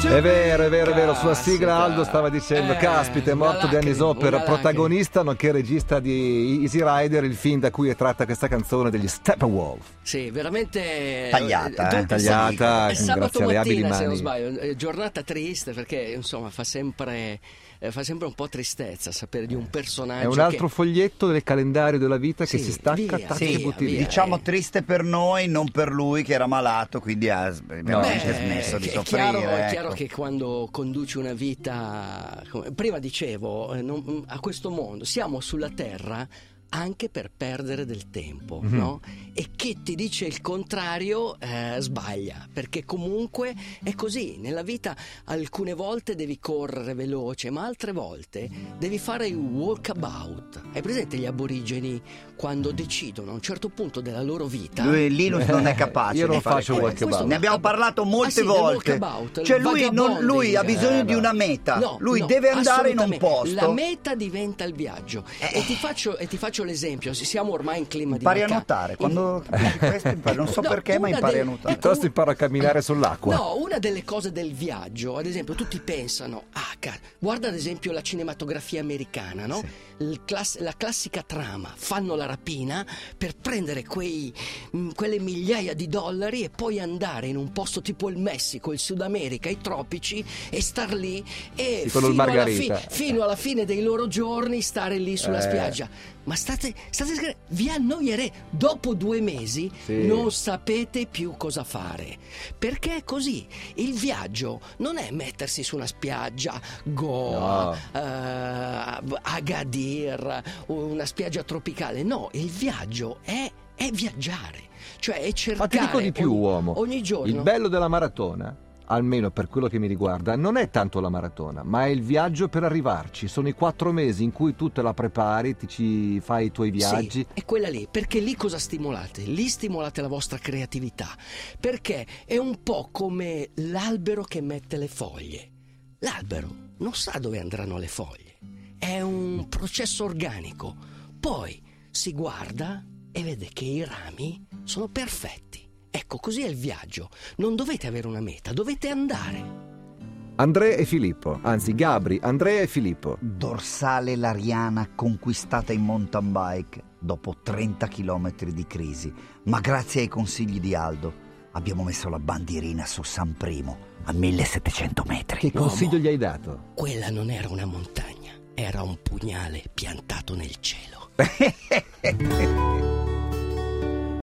È vero, sulla sigla Aldo stava dicendo caspita, è morto Dennis Hopper, protagonista nonché regista di Easy Rider, il film da cui è tratta questa canzone degli Steppenwolf. Sì, veramente tagliata, è sabato grazie alle abili mattina, se non mani. sbaglio, giornata triste perché insomma fa sempre un po' tristezza sapere di un personaggio. È un altro foglietto del calendario della vita che si stacca, tacca e butti via. Diciamo triste per noi, non per lui che era malato, quindi abbiamo anche smesso di soffrire. È chiaro che quando conduci una vita, prima dicevo, a questo mondo siamo sulla terra anche per perdere del tempo, no? E chi ti dice il contrario sbaglia, perché comunque è così nella vita. Alcune volte devi correre veloce, ma altre volte devi fare il walkabout. Hai presente gli aborigeni quando decidono a un certo punto della loro vita? Linus non è capace. Io non di fare faccio walkabout. Ne abbiamo parlato molte volte. Cioè lui ha bisogno di una meta. Lui deve andare in un posto. La meta diventa il viaggio. E ti faccio l'esempio. Siamo ormai in clima di impari a nuotare. Quando questo non so perché, ma impari a nuotare. Piuttosto impara a camminare sull'acqua. No, una delle cose del viaggio, ad esempio, tutti pensano, guarda ad esempio la cinematografia americana, no? Sì. La classica trama, fanno la rapina per prendere quelle migliaia di dollari e poi andare in un posto tipo il Messico, il Sud America, i tropici e star lì e fino alla fine dei loro giorni stare lì sulla spiaggia. Ma vi annoierete. Dopo 2 mesi non sapete più cosa fare, perché è così. Il viaggio non è mettersi su una spiaggia Goa, Agadir, una spiaggia tropicale. No, il viaggio è viaggiare, cioè è cercare. Ma ti dico di più, uomo. Ogni giorno. Il bello della maratona, almeno per quello che mi riguarda, non è tanto la maratona, ma è il viaggio per arrivarci. Sono i 4 mesi in cui tu te la prepari, ci fai i tuoi viaggi. Sì, è quella lì, perché lì cosa stimolate? Lì stimolate la vostra creatività, perché è un po' come l'albero che mette le foglie. L'albero non sa dove andranno le foglie, è un processo organico. Poi si guarda e vede che i rami sono perfetti. Ecco, così è il viaggio. Non dovete avere una meta, dovete andare. Andrea e Filippo, anzi Gabri, Andrea e Filippo. Dorsale Lariana conquistata in mountain bike dopo 30 chilometri di crisi, ma grazie ai consigli di Aldo abbiamo messo la bandierina su San Primo a 1700 metri. Che consiglio gli hai dato? Quella non era una montagna, era un pugnale piantato nel cielo.